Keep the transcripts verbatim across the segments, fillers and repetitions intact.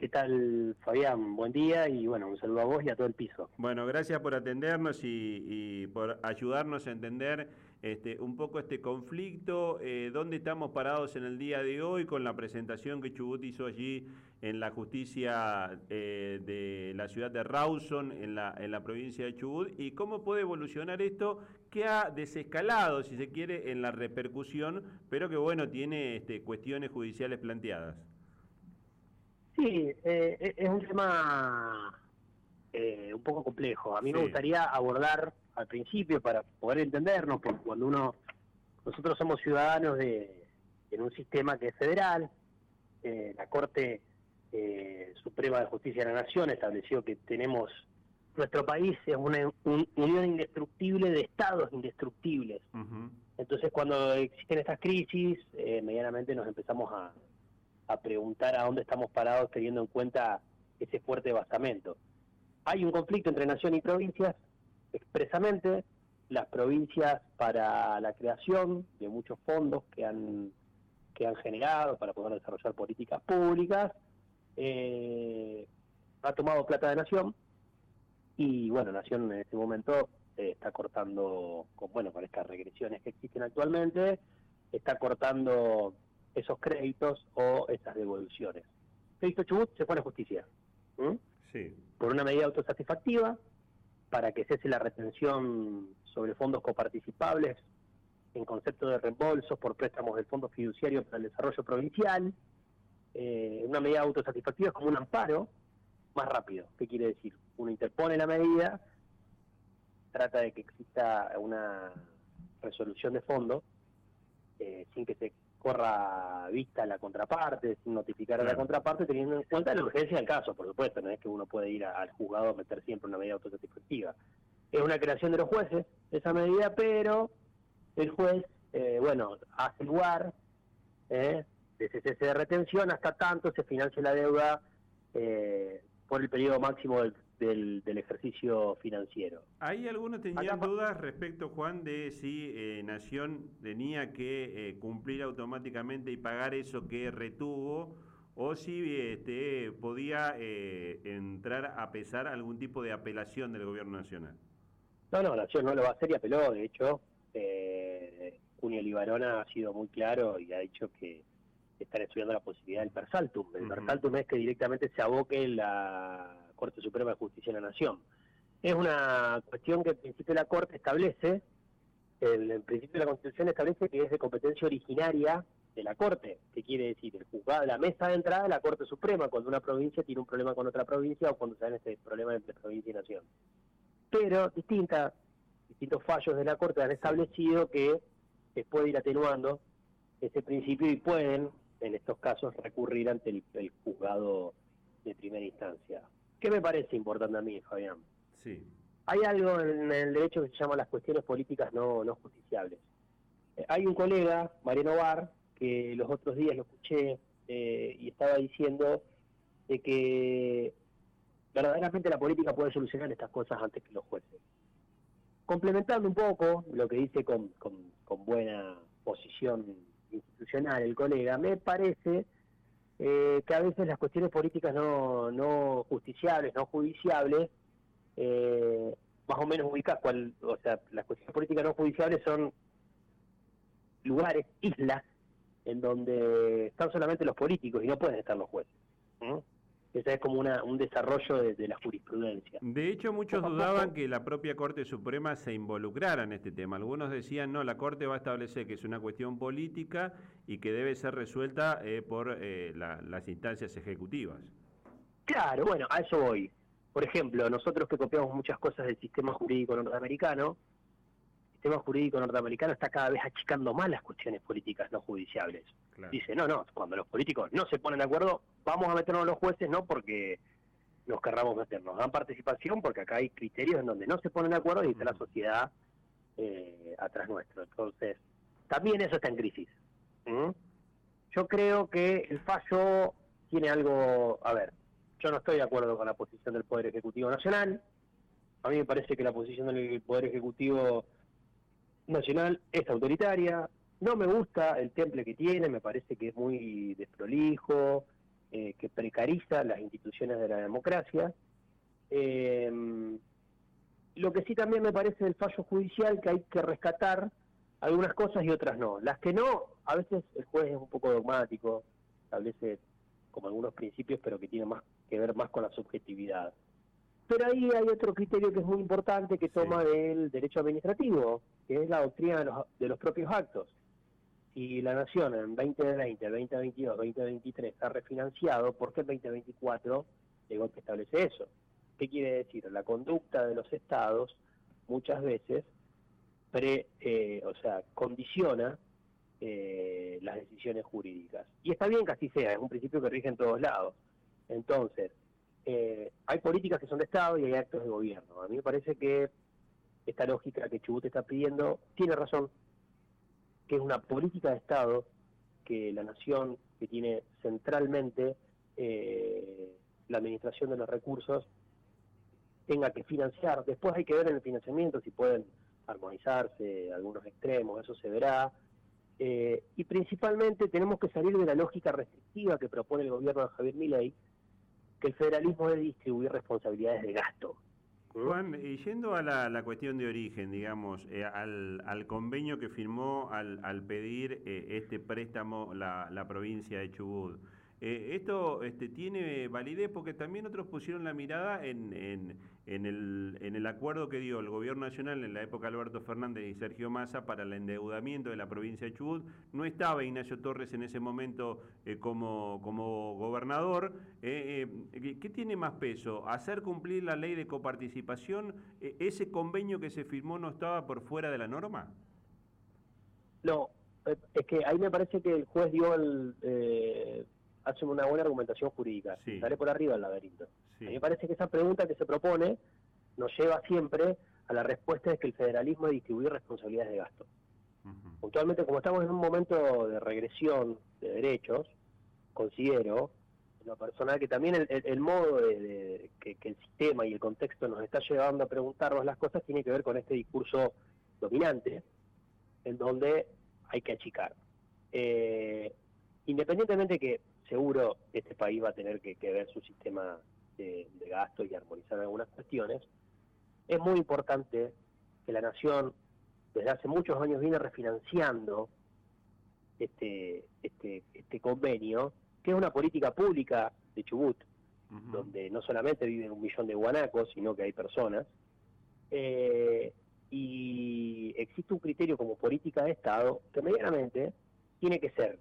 ¿Qué tal, Fabián? Buen día y bueno, un saludo a vos y a todo el piso. Bueno, gracias por atendernos y, y por ayudarnos a entender este, un poco este conflicto, eh, dónde estamos parados en el día de hoy con la presentación que Chubut hizo allí en la justicia eh, de la ciudad de Rawson, en la, en la provincia de Chubut, y cómo puede evolucionar esto que ha desescalado, si se quiere, en la repercusión, pero que bueno, tiene este, cuestiones judiciales planteadas. Sí, eh, es un tema eh, un poco complejo. A mí me Sí. gustaría abordar al principio para poder entendernos, porque cuando uno, nosotros somos ciudadanos de en un sistema que es federal, eh, la Corte eh, Suprema de Justicia de la Nación estableció que tenemos, nuestro país es una un, unión indestructible de estados indestructibles. Uh-huh. Entonces cuando existen estas crisis, eh, medianamente nos empezamos a a preguntar a dónde estamos parados teniendo en cuenta ese fuerte basamento. Hay un conflicto entre nación y provincias, expresamente, las provincias para la creación de muchos fondos que han, que han generado para poder desarrollar políticas públicas, eh, ha tomado plata de nación, y bueno, nación en este momento eh, está cortando, con, bueno, con estas regresiones que existen actualmente, está cortando esos créditos o esas devoluciones. Crédito Chubut se pone a justicia. ¿Mm? Sí. Por una medida autosatisfactiva, para que cese la retención sobre fondos coparticipables en concepto de reembolsos por préstamos del Fondo Fiduciario para el Desarrollo Provincial. Eh, una medida autosatisfactiva es como un amparo más rápido. ¿Qué quiere decir? Uno interpone la medida, trata de que exista una resolución de fondo eh, sin que se corra vista a la contraparte, sin notificar claro. a la contraparte, teniendo en cuenta la urgencia del caso, por supuesto. No es que uno puede ir a, al juzgado a meter siempre una medida autosatisfactiva. Es una creación de los jueces, esa medida, pero el juez, eh, bueno, hace lugar eh, de ese cese de retención hasta tanto se financie la deuda eh, por el periodo máximo del, del, del ejercicio financiero. Ahí algunos tenían Acá, dudas respecto, Juan, de si eh, Nación tenía que eh, cumplir automáticamente y pagar eso que retuvo, o si este, podía eh, entrar a pesar algún tipo de apelación del gobierno nacional. No, no, Nación no lo va a hacer y apeló. De hecho, eh, Cunio Libarona ha sido muy claro y ha dicho que están estudiando la posibilidad del persaltum. El uh-huh. persaltum es que directamente se aboque la Corte Suprema de Justicia de la Nación. Es una cuestión que el principio de la Corte establece, el, el principio de la Constitución establece que es de competencia originaria de la Corte. ¿Qué quiere decir? El juzgado, la mesa de entrada de la Corte Suprema, cuando una provincia tiene un problema con otra provincia o cuando se dan este problema entre provincia y nación. Pero distintas, distintos fallos de la Corte han establecido que se puede ir atenuando ese principio y pueden, en estos casos, recurrir ante el, el juzgado de primera instancia. ¿Qué me parece importante a mí, Fabián? Sí. Hay algo en el derecho que se llama las cuestiones políticas no, no justiciables. Eh, hay un colega, Mariano Bar, que los otros días lo escuché eh, y estaba diciendo de que verdaderamente la política puede solucionar estas cosas antes que los jueces. Complementando un poco lo que dice con, con, con buena posición institucional el colega, me parece eh, que a veces las cuestiones políticas no, no justiciables, no judiciables, eh, más o menos ubicas cuál, o sea, las cuestiones políticas no judiciables son lugares, islas, en donde están solamente los políticos y no pueden estar los jueces. ¿Mm? Ese es como una, un desarrollo de, de la jurisprudencia. De hecho, muchos dudaban que la propia Corte Suprema se involucrara en este tema. Algunos decían, no, la Corte va a establecer que es una cuestión política y que debe ser resuelta eh, por eh, la, las instancias ejecutivas. Claro, bueno, a eso voy. Por ejemplo, nosotros que copiamos muchas cosas del sistema jurídico norteamericano, el sistema jurídico norteamericano está cada vez achicando más las cuestiones políticas no judiciables. Claro. Dice, no, no, cuando los políticos no se ponen de acuerdo, vamos a meternos los jueces, no porque nos querramos meternos, dan participación porque acá hay criterios en donde no se ponen de acuerdo y está la sociedad eh, atrás nuestro. Entonces, también eso está en crisis. ¿Mm? Yo creo que el fallo tiene algo, a ver, yo no estoy de acuerdo con la posición del Poder Ejecutivo Nacional. A mí me parece que la posición del Poder Ejecutivo Nacional es autoritaria. No me gusta el temple que tiene, me parece que es muy desprolijo, eh, que precariza las instituciones de la democracia. Eh, lo que sí también me parece del fallo judicial que hay que rescatar algunas cosas y otras no. Las que no, a veces el juez es un poco dogmático, establece como algunos principios, pero que tiene más que ver más con la subjetividad. Pero ahí hay otro criterio que es muy importante que toma sí. del derecho administrativo, que es la doctrina de los, de los propios actos. Si la Nación en veinte veinte, veinte veintidós, veinte veintitrés está refinanciado, ¿por qué en veinte veinticuatro de golpe establece eso? ¿Qué quiere decir? La conducta de los estados muchas veces pre, eh, o sea, condiciona eh, las decisiones jurídicas. Y está bien que así sea, es un principio que rige en todos lados. Entonces, eh, hay políticas que son de Estado y hay actos de gobierno. A mí me parece que esta lógica que Chubut está pidiendo tiene razón, que es una política de Estado, que la nación que tiene centralmente eh, la administración de los recursos tenga que financiar. Después hay que ver en el financiamiento si pueden armonizarse algunos extremos, eso se verá. Eh, y principalmente tenemos que salir de la lógica restrictiva que propone el gobierno de Javier Milei, que el federalismo es distribuir responsabilidades de gasto. Juan, y yendo a la, la cuestión de origen, digamos, eh, al, al convenio que firmó al, al pedir eh, este préstamo la, la provincia de Chubut, eh, ¿esto este, tiene validez? Porque también otros pusieron la mirada en, en, en, el, en el acuerdo que dio el gobierno nacional en la época de Alberto Fernández y Sergio Massa para el endeudamiento de la provincia de Chubut. No estaba Ignacio Torres en ese momento eh, como, como gobernador. Eh, eh, ¿Qué tiene más peso? ¿Hacer cumplir la ley de coparticipación? Eh, ¿Ese convenio que se firmó no estaba por fuera de la norma? No, es que ahí me parece que el juez dio el... Eh... hace una buena argumentación jurídica, sí. Sale por arriba del laberinto. Sí. A mí me parece que esa pregunta que se propone nos lleva siempre a la respuesta de que el federalismo es distribuir responsabilidades de gasto. Uh-huh. Puntualmente, como estamos en un momento de regresión de derechos, considero, en lo personal, que también el, el, el modo de, de que, que el sistema y el contexto nos está llevando a preguntarnos las cosas tiene que ver con este discurso dominante, en donde hay que achicar. Eh, independientemente que seguro este país va a tener que, que ver su sistema de, de gasto y armonizar algunas cuestiones, es muy importante que la nación desde hace muchos años viene refinanciando este, este, este convenio, que es una política pública de Chubut, uh-huh. donde no solamente viven un millón de guanacos, sino que hay personas, eh, y existe un criterio como política de Estado que medianamente tiene que ser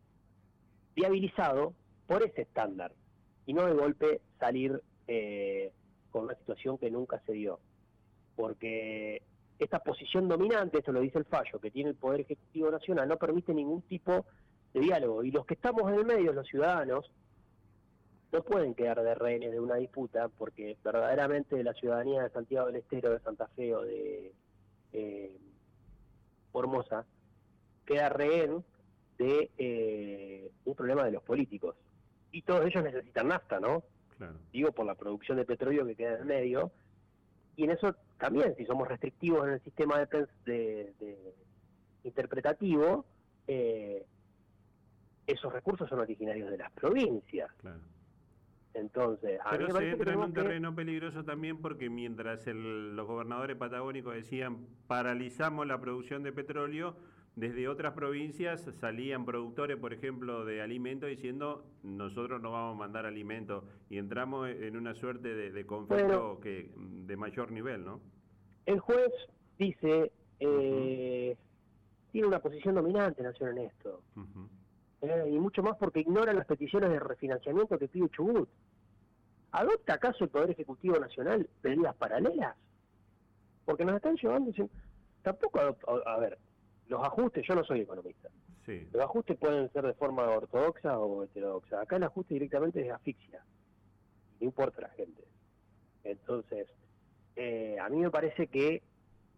viabilizado por ese estándar y no de golpe salir eh, con una situación que nunca se dio, porque esta posición dominante, esto lo dice el fallo, que tiene el Poder Ejecutivo Nacional, no permite ningún tipo de diálogo, y los que estamos en el medio, los ciudadanos, no pueden quedar de rehenes de una disputa, porque verdaderamente la ciudadanía de Santiago del Estero, de Santa Fe o de eh, Formosa queda rehén de eh, un problema de los políticos. Y todos ellos necesitan nafta, ¿no? Claro. Digo, por la producción de petróleo que queda en el medio. Y en eso también, si somos restrictivos en el sistema de, de, de interpretativo, eh, esos recursos son originarios de las provincias. Claro. Entonces, a Pero mí me se entra en un que... terreno peligroso también porque mientras el, los gobernadores patagónicos decían paralizamos la producción de petróleo, desde otras provincias salían productores, por ejemplo, de alimentos diciendo nosotros no vamos a mandar alimentos, y entramos en una suerte de, de conflicto bueno, que de mayor nivel, ¿no? El juez dice, eh, uh-huh. tiene una posición dominante, Nación en esto, uh-huh. eh, y mucho más porque ignora las peticiones de refinanciamiento que pide Chubut. ¿Adopta acaso el Poder Ejecutivo Nacional medidas paralelas? Porque nos están llevando... Tampoco adopta... A ver... Los ajustes, yo no soy economista, sí. Los ajustes pueden ser de forma ortodoxa o heterodoxa. Acá el ajuste directamente es asfixia, no importa la gente. Entonces, eh, a mí me parece que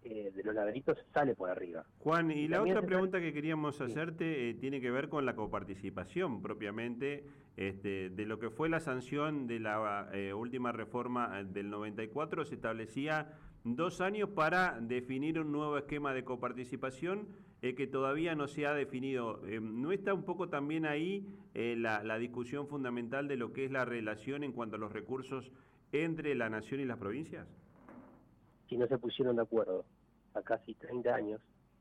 eh, de los laberintos sale por arriba. Juan, y, y la otra pregunta están... que queríamos hacerte sí. eh, tiene que ver con la coparticipación propiamente, este, de lo que fue la sanción de la eh, última reforma del noventa y cuatro, se establecía dos años para definir un nuevo esquema de coparticipación eh, que todavía no se ha definido. Eh, ¿No está un poco también ahí eh, la, la discusión fundamental de lo que es la relación en cuanto a los recursos entre la nación y las provincias? Si no se pusieron de acuerdo a casi treinta años,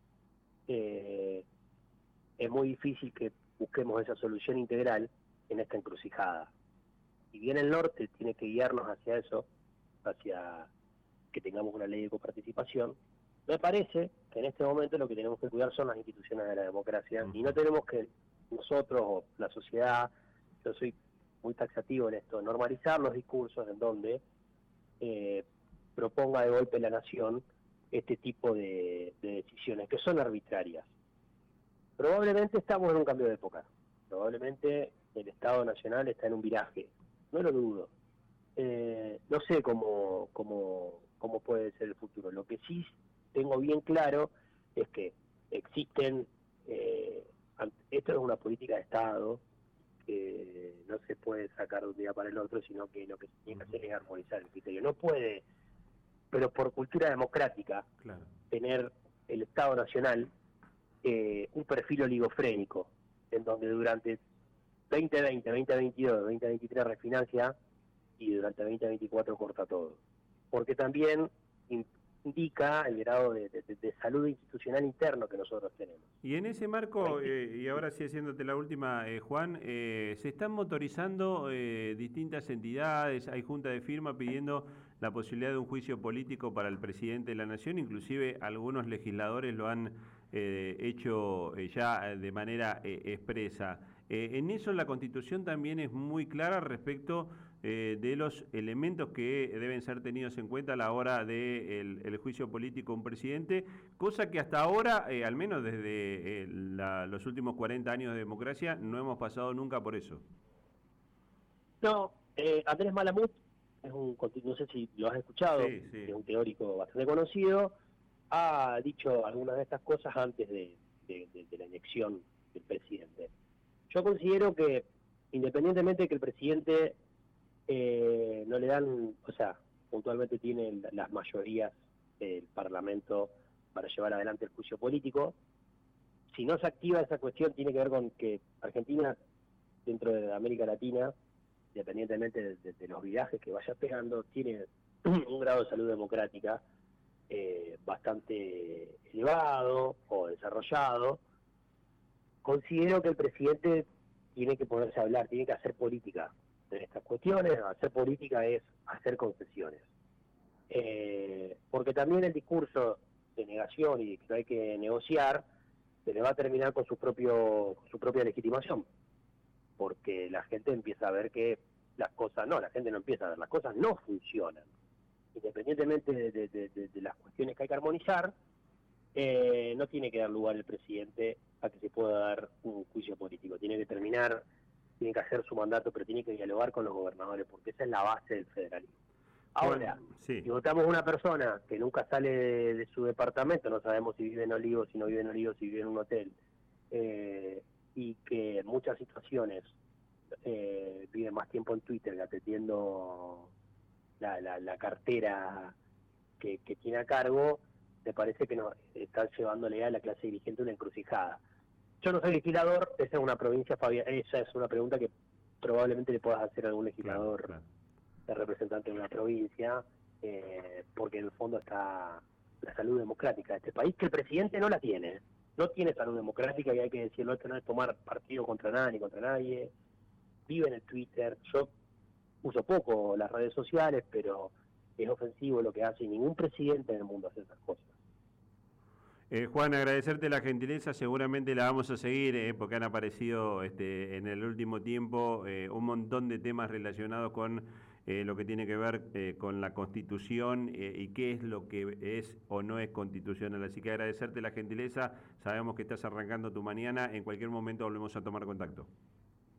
eh, es muy difícil que busquemos esa solución integral en esta encrucijada. Y bien el norte tiene que guiarnos hacia eso, hacia que tengamos una ley de coparticipación, me parece que en este momento lo que tenemos que cuidar son las instituciones de la democracia, y no tenemos que nosotros o la sociedad, yo soy muy taxativo en esto, normalizar los discursos en donde eh, proponga de golpe la nación este tipo de, de decisiones que son arbitrarias. Probablemente estamos en un cambio de época, probablemente el Estado Nacional está en un viraje, no lo dudo. Eh, no sé cómo, cómo, cómo puede ser el futuro. Lo que sí tengo bien claro es que existen, eh, esto es una política de Estado que no se puede sacar de un día para el otro, sino que lo que se tiene que hacer es armonizar el criterio. No puede, pero por cultura democrática, claro, tener el Estado Nacional eh, un perfil oligofrénico, en donde durante veinte veinte, veinte veintidós, veinte veintitrés refinancia y durante veinte veinticuatro corta todo. Porque también indica el grado de, de, de salud institucional interno que nosotros tenemos. Y en ese marco, eh, y ahora sí haciéndote la última, eh, Juan, eh, se están motorizando eh, distintas entidades, hay junta de firma pidiendo la posibilidad de un juicio político para el presidente de la Nación, inclusive algunos legisladores lo han eh, hecho eh, ya de manera eh, expresa. Eh, en eso la Constitución también es muy clara respecto eh, de los elementos que deben ser tenidos en cuenta a la hora del de el juicio político a un presidente, cosa que hasta ahora, eh, al menos desde eh, la, los últimos cuarenta años de democracia, no hemos pasado nunca por eso. No, eh, Andrés Malamud, es un, no sé si lo has escuchado, sí, sí. Es un teórico bastante conocido, ha dicho algunas de estas cosas antes de, de, de, de la elección del presidente. Yo considero que, independientemente de que el presidente eh, no le dan, o sea, puntualmente tiene las mayorías del Parlamento para llevar adelante el juicio político, si no se activa esa cuestión tiene que ver con que Argentina, dentro de América Latina, independientemente de, de, de los virajes que vaya pegando, tiene un grado de salud democrática eh, bastante elevado o desarrollado. Considero que el presidente tiene que ponerse a hablar, tiene que hacer política en estas cuestiones. Hacer política es hacer concesiones. Eh, porque también el discurso de negación y de que no hay que negociar se le va a terminar con su propio con su propia legitimación. Porque la gente empieza a ver que las cosas, no, la gente no empieza a ver, las cosas no funcionan. Independientemente de, de, de, de, de las cuestiones que hay que armonizar, eh, no tiene que dar lugar el presidente a que se pueda dar un juicio político. Tiene que terminar, tiene que hacer su mandato, pero tiene que dialogar con los gobernadores, porque esa es la base del federalismo. Ahora, bueno, sí. Si votamos una persona que nunca sale de, de su departamento, no sabemos si vive en Olivos, si no vive en Olivos, si vive en un hotel, eh, y que en muchas situaciones eh, vive más tiempo en Twitter que atendiendo la, la, la cartera que, que tiene a cargo, me parece que nos están llevándole a la clase dirigente una encrucijada. Yo no soy legislador, esa es una provincia, esa es una pregunta que probablemente le puedas hacer a algún legislador, claro, claro, representante de una provincia, eh, porque en el fondo está la salud democrática de este país, que el presidente no la tiene. No tiene salud democrática y hay que decirlo, esto no es tomar partido contra nada ni contra nadie. Vive en el Twitter. Yo uso poco las redes sociales, pero es ofensivo lo que hace y ningún presidente en el mundo hace esas cosas. Eh, Juan, agradecerte la gentileza, seguramente la vamos a seguir eh, porque han aparecido este, en el último tiempo eh, un montón de temas relacionados con eh, lo que tiene que ver eh, con la Constitución eh, y qué es lo que es o no es constitucional. Así que agradecerte la gentileza, sabemos que estás arrancando tu mañana, en cualquier momento volvemos a tomar contacto.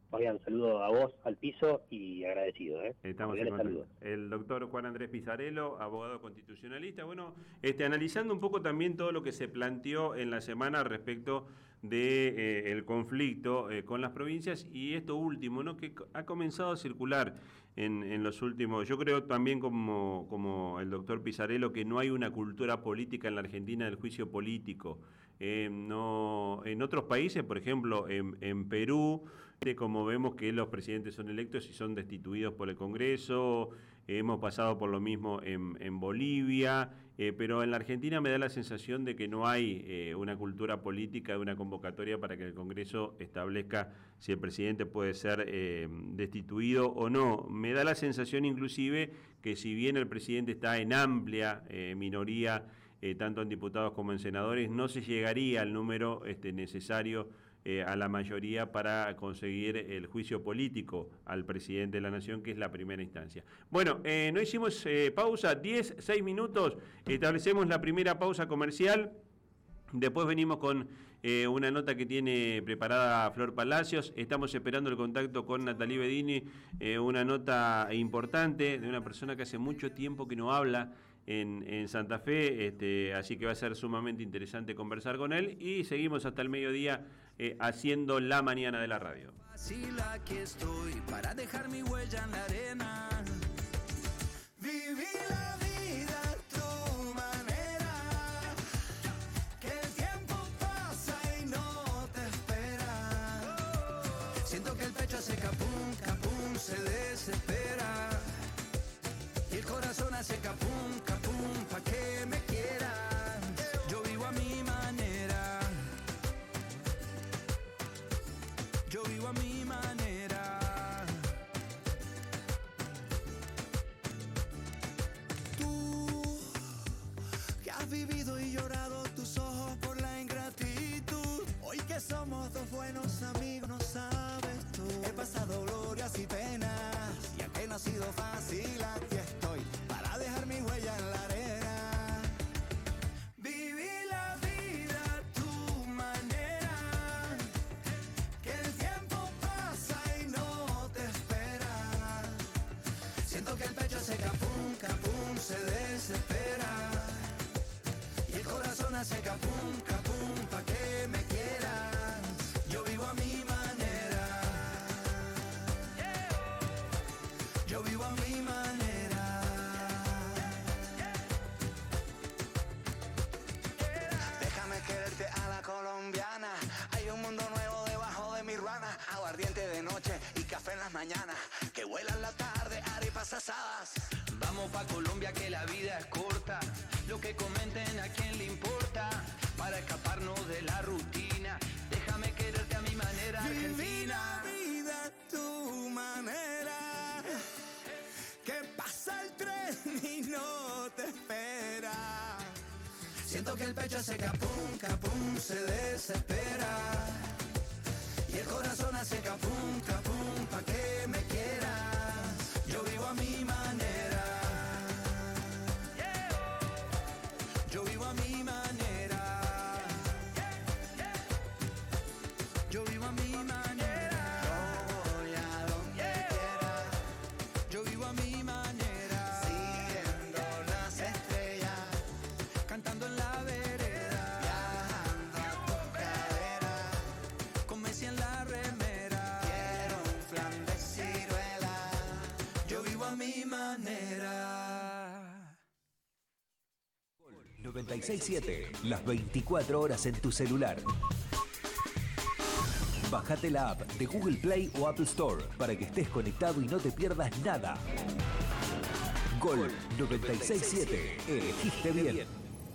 Fabián, saludo a vos, al piso y agradecido. ¿eh? Estamos en contacto. El doctor Juan Andrés Pizzarello, abogado constitucionalista. Bueno, este, analizando un poco también todo lo que se planteó en la semana respecto de eh, el conflicto eh, con las provincias y esto último, ¿no? Que ha comenzado a circular en, en los últimos. Yo creo también como, como el doctor Pizzarello que no hay una cultura política en la Argentina del juicio político. Eh, no, en otros países, por ejemplo, en, en Perú, como vemos que los presidentes son electos y son destituidos por el Congreso, eh, hemos pasado por lo mismo en, en Bolivia, eh, pero en la Argentina me da la sensación de que no hay eh, una cultura política de una convocatoria para que el Congreso establezca si el presidente puede ser eh, destituido o no. Me da la sensación inclusive que si bien el presidente está en amplia eh, minoría, eh, tanto en diputados como en senadores, no se llegaría al número este, necesario Eh, a la mayoría para conseguir el juicio político al presidente de la Nación, que es la primera instancia. Bueno, eh, no hicimos eh, pausa, diez, seis minutos, establecemos la primera pausa comercial, después venimos con eh, una nota que tiene preparada Flor Palacios, estamos esperando el contacto con Natalie Bedini, eh, una nota importante de una persona que hace mucho tiempo que no habla En, en Santa Fe, este, así que va a ser sumamente interesante conversar con él y seguimos hasta el mediodía eh, haciendo la mañana de la radio. Aquí estoy para dejar mi huella en la arena. Viví la vida a tu manera, que el tiempo pasa y no te espera. Siento que el pecho hace capum, capum, se desespera. Y el corazón hace capum, capum, pa' que me quieras. Yo vivo a mi manera. Yo vivo a mi manera. Tú, que has vivido y llorado tus ojos por la ingratitud. Hoy que somos dos buenos amigos, no sabes tú. He pasado glorias y penas, y aunque no ha sido fácil, aquí estoy para dejar mi huella en la arena. Viví la vida a tu manera, que el tiempo pasa y no te espera. Siento que el pecho hace capum, capum, se desespera. Y el corazón hace capum, capum, pa' que me quieras. Yo vivo a mi manera. Yo vivo a mi manera. Déjame quererte a la colombiana. Hay un mundo nuevo debajo de mi ruana. Aguardiente de noche y café en las mañanas. Que vuelan la tarde, arepas asadas. Vamos pa' Colombia que la vida es corta. Lo que comenten a quién le importa. Para escaparnos de la rutina. Déjame quererte a mi manera, Argentina. Viví la vida a tu manera. Que pasa el tren y no te espera. Siento que el pecho hace capum, capum, se desespera. Y el corazón hace capum, capum, pa' que me quieras. Yo vivo a mi manera. Yo vivo a mi manera. Yo vivo a mi manera. Yo voy a donde quiera. Yo vivo a mi manera. Siguiendo las estrellas. Cantando en la vereda. Viajando a tu cadera. Con Messi en la remera. Quiero un flan de ciruela. Yo vivo a mi manera. noventa y seis punto siete, las veinticuatro horas en tu celular. Bájate la app de Google Play o Apple Store para que estés conectado y no te pierdas nada. Gol noventa y seis punto siete, elegiste bien.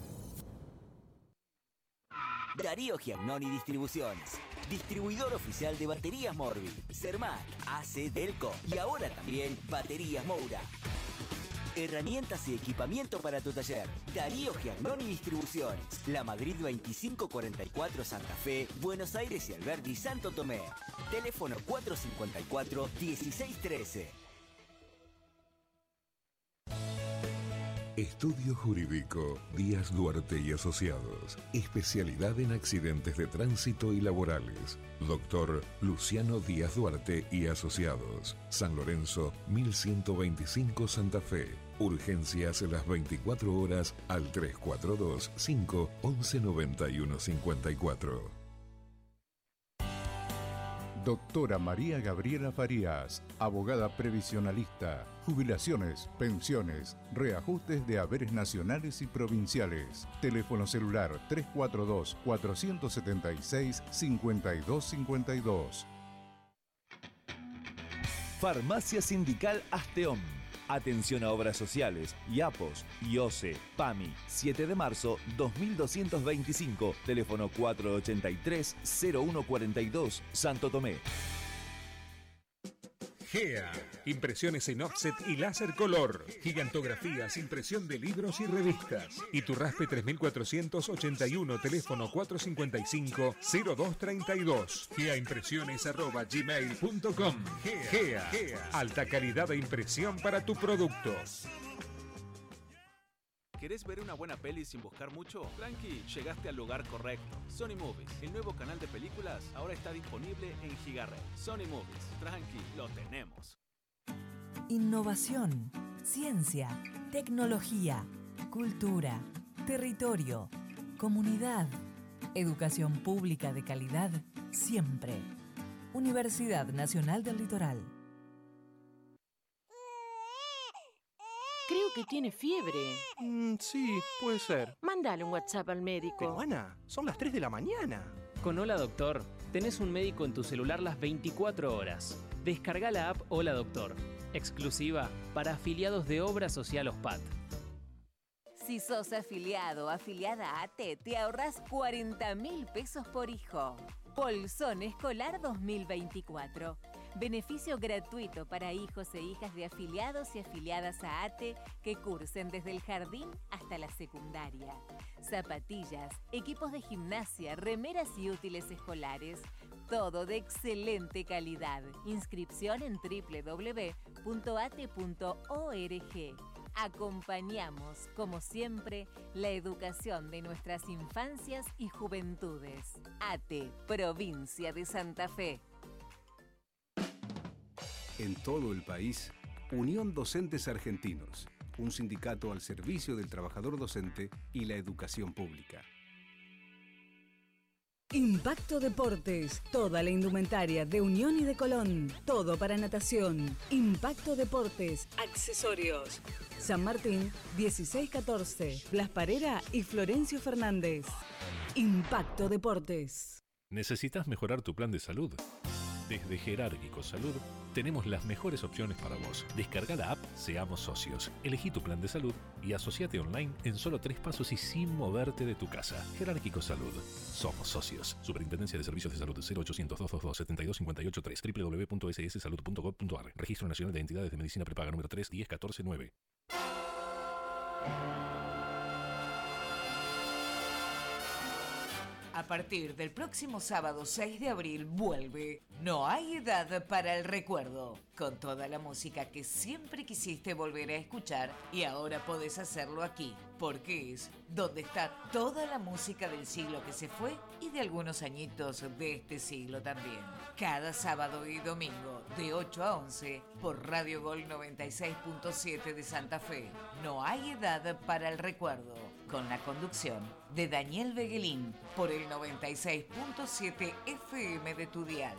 Darío Giannoni Distribuciones, distribuidor oficial de baterías Morbi, Cermac, A C Delco y ahora también Baterías Moura. Herramientas y equipamiento para tu taller. Darío Giannoni Distribuciones. La Madrid veinticinco cuarenta y cuatro Santa Fe, Buenos Aires y Alberdi Santo Tomé. Teléfono cuatro cinco cuatro, uno seis uno tres. Estudio Jurídico Díaz Duarte y Asociados. Especialidad en accidentes de tránsito y laborales. Doctor Luciano Díaz Duarte y Asociados. San Lorenzo, mil ciento veinticinco Santa Fe. Urgencias las veinticuatro horas al tres cuatro dos, cinco, once, noventa y uno, cincuenta y cuatro. Doctora María Gabriela Farías, abogada previsionalista, jubilaciones, pensiones, reajustes de haberes nacionales y provinciales. Teléfono celular tres cuatro dos, cuatro siete seis, cinco dos cinco dos. Farmacia Sindical Asteón. Atención a obras sociales, IAPOS, IOSE, PAMI, siete de marzo dos mil doscientos veinticinco, teléfono cuatro ocho tres, cero uno cuatro dos, Santo Tomé. GEA, impresiones en offset y láser color, gigantografías, impresión de libros y revistas. Iturraspe tres mil cuatrocientos ochenta y uno, teléfono cuatro cinco cinco, cero dos tres dos. geaimpresiones arroba gmail punto com. GEA, GEA, alta calidad de impresión para tu producto. ¿Querés ver una buena peli sin buscar mucho? Tranqui, llegaste al lugar correcto. Sony Movies, el nuevo canal de películas, ahora está disponible en Gigared. Sony Movies, tranqui, lo tenemos. Innovación, ciencia, tecnología, cultura, territorio, comunidad, educación pública de calidad, siempre. Universidad Nacional del Litoral. Creo que tiene fiebre. Mm, sí, puede ser. Mándale un WhatsApp al médico. Pero Ana, son las tres de la mañana. Con Hola Doctor, tenés un médico en tu celular las veinticuatro horas. Descarga la app Hola Doctor, exclusiva para afiliados de Obra Social OSPAT. Si sos afiliado o afiliada a ATE, te ahorrás cuarenta mil pesos por hijo. Bolsón Escolar dos mil veinticuatro. Beneficio gratuito para hijos e hijas de afiliados y afiliadas a ATE que cursen desde el jardín hasta la secundaria. Zapatillas, equipos de gimnasia, remeras y útiles escolares. Todo de excelente calidad. Inscripción en doble u doble u doble u punto a t e punto org. Acompañamos, como siempre, la educación de nuestras infancias y juventudes. ATE, Provincia de Santa Fe. En todo el país, Unión Docentes Argentinos, un sindicato al servicio del trabajador docente y la educación pública. Impacto Deportes, toda la indumentaria de Unión y de Colón, todo para natación. Impacto Deportes, accesorios. San Martín, dieciséis catorce, Blas Parera y Florencio Fernández. Impacto Deportes. ¿Necesitas mejorar tu plan de salud? Desde Jerárquico Salud tenemos las mejores opciones para vos. Descarga la app Seamos Socios, elegí tu plan de salud y asociate online en solo tres pasos y sin moverte de tu casa. Jerárquico Salud. Somos socios. Superintendencia de Servicios de Salud cero ochocientos, doscientos veintidós, setenta y dos cincuenta y ocho tres, doble u doble u doble u punto ese ese salud punto gob punto a r. Registro Nacional de Entidades de Medicina Prepaga número tres diez catorce nueve. A partir del próximo sábado seis de abril vuelve No hay edad para el recuerdo, con toda la música que siempre quisiste volver a escuchar y ahora podés hacerlo aquí, porque es donde está toda la música del siglo que se fue y de algunos añitos de este siglo también. Cada sábado y domingo de ocho a once por Radio Gol noventa y seis punto siete de Santa Fe. No hay edad para el recuerdo, con la conducción de Daniel Beguelín por el noventa y seis punto siete F M de tu dial.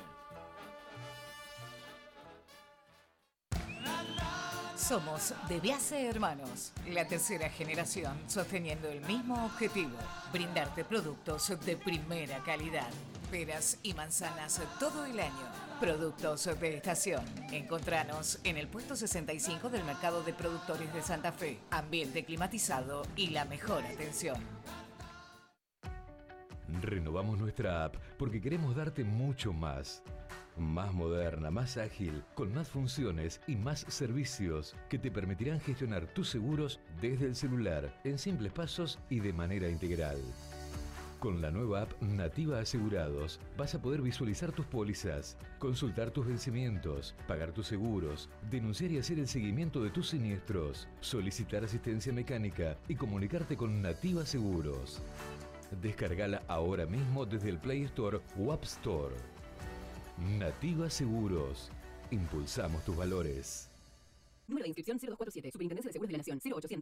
Somos De Biase Hermanos, la tercera generación sosteniendo el mismo objetivo, brindarte productos de primera calidad, peras y manzanas todo el año, productos de estación. Encontranos en el puesto sesenta y cinco del Mercado de Productores de Santa Fe, ambiente climatizado y la mejor atención. Renovamos nuestra app porque queremos darte mucho más. Más moderna, más ágil, con más funciones y más servicios que te permitirán gestionar tus seguros desde el celular, en simples pasos y de manera integral. Con la nueva app Nativa Asegurados vas a poder visualizar tus pólizas, consultar tus vencimientos, pagar tus seguros, denunciar y hacer el seguimiento de tus siniestros, solicitar asistencia mecánica y comunicarte con Nativa Seguros. Descargala ahora mismo desde el Play Store o App Store. Nativa Seguros. Impulsamos tus valores. Número de inscripción cero dos cuatro siete. Superintendencia de Seguros de la Nación. cero ochocientos.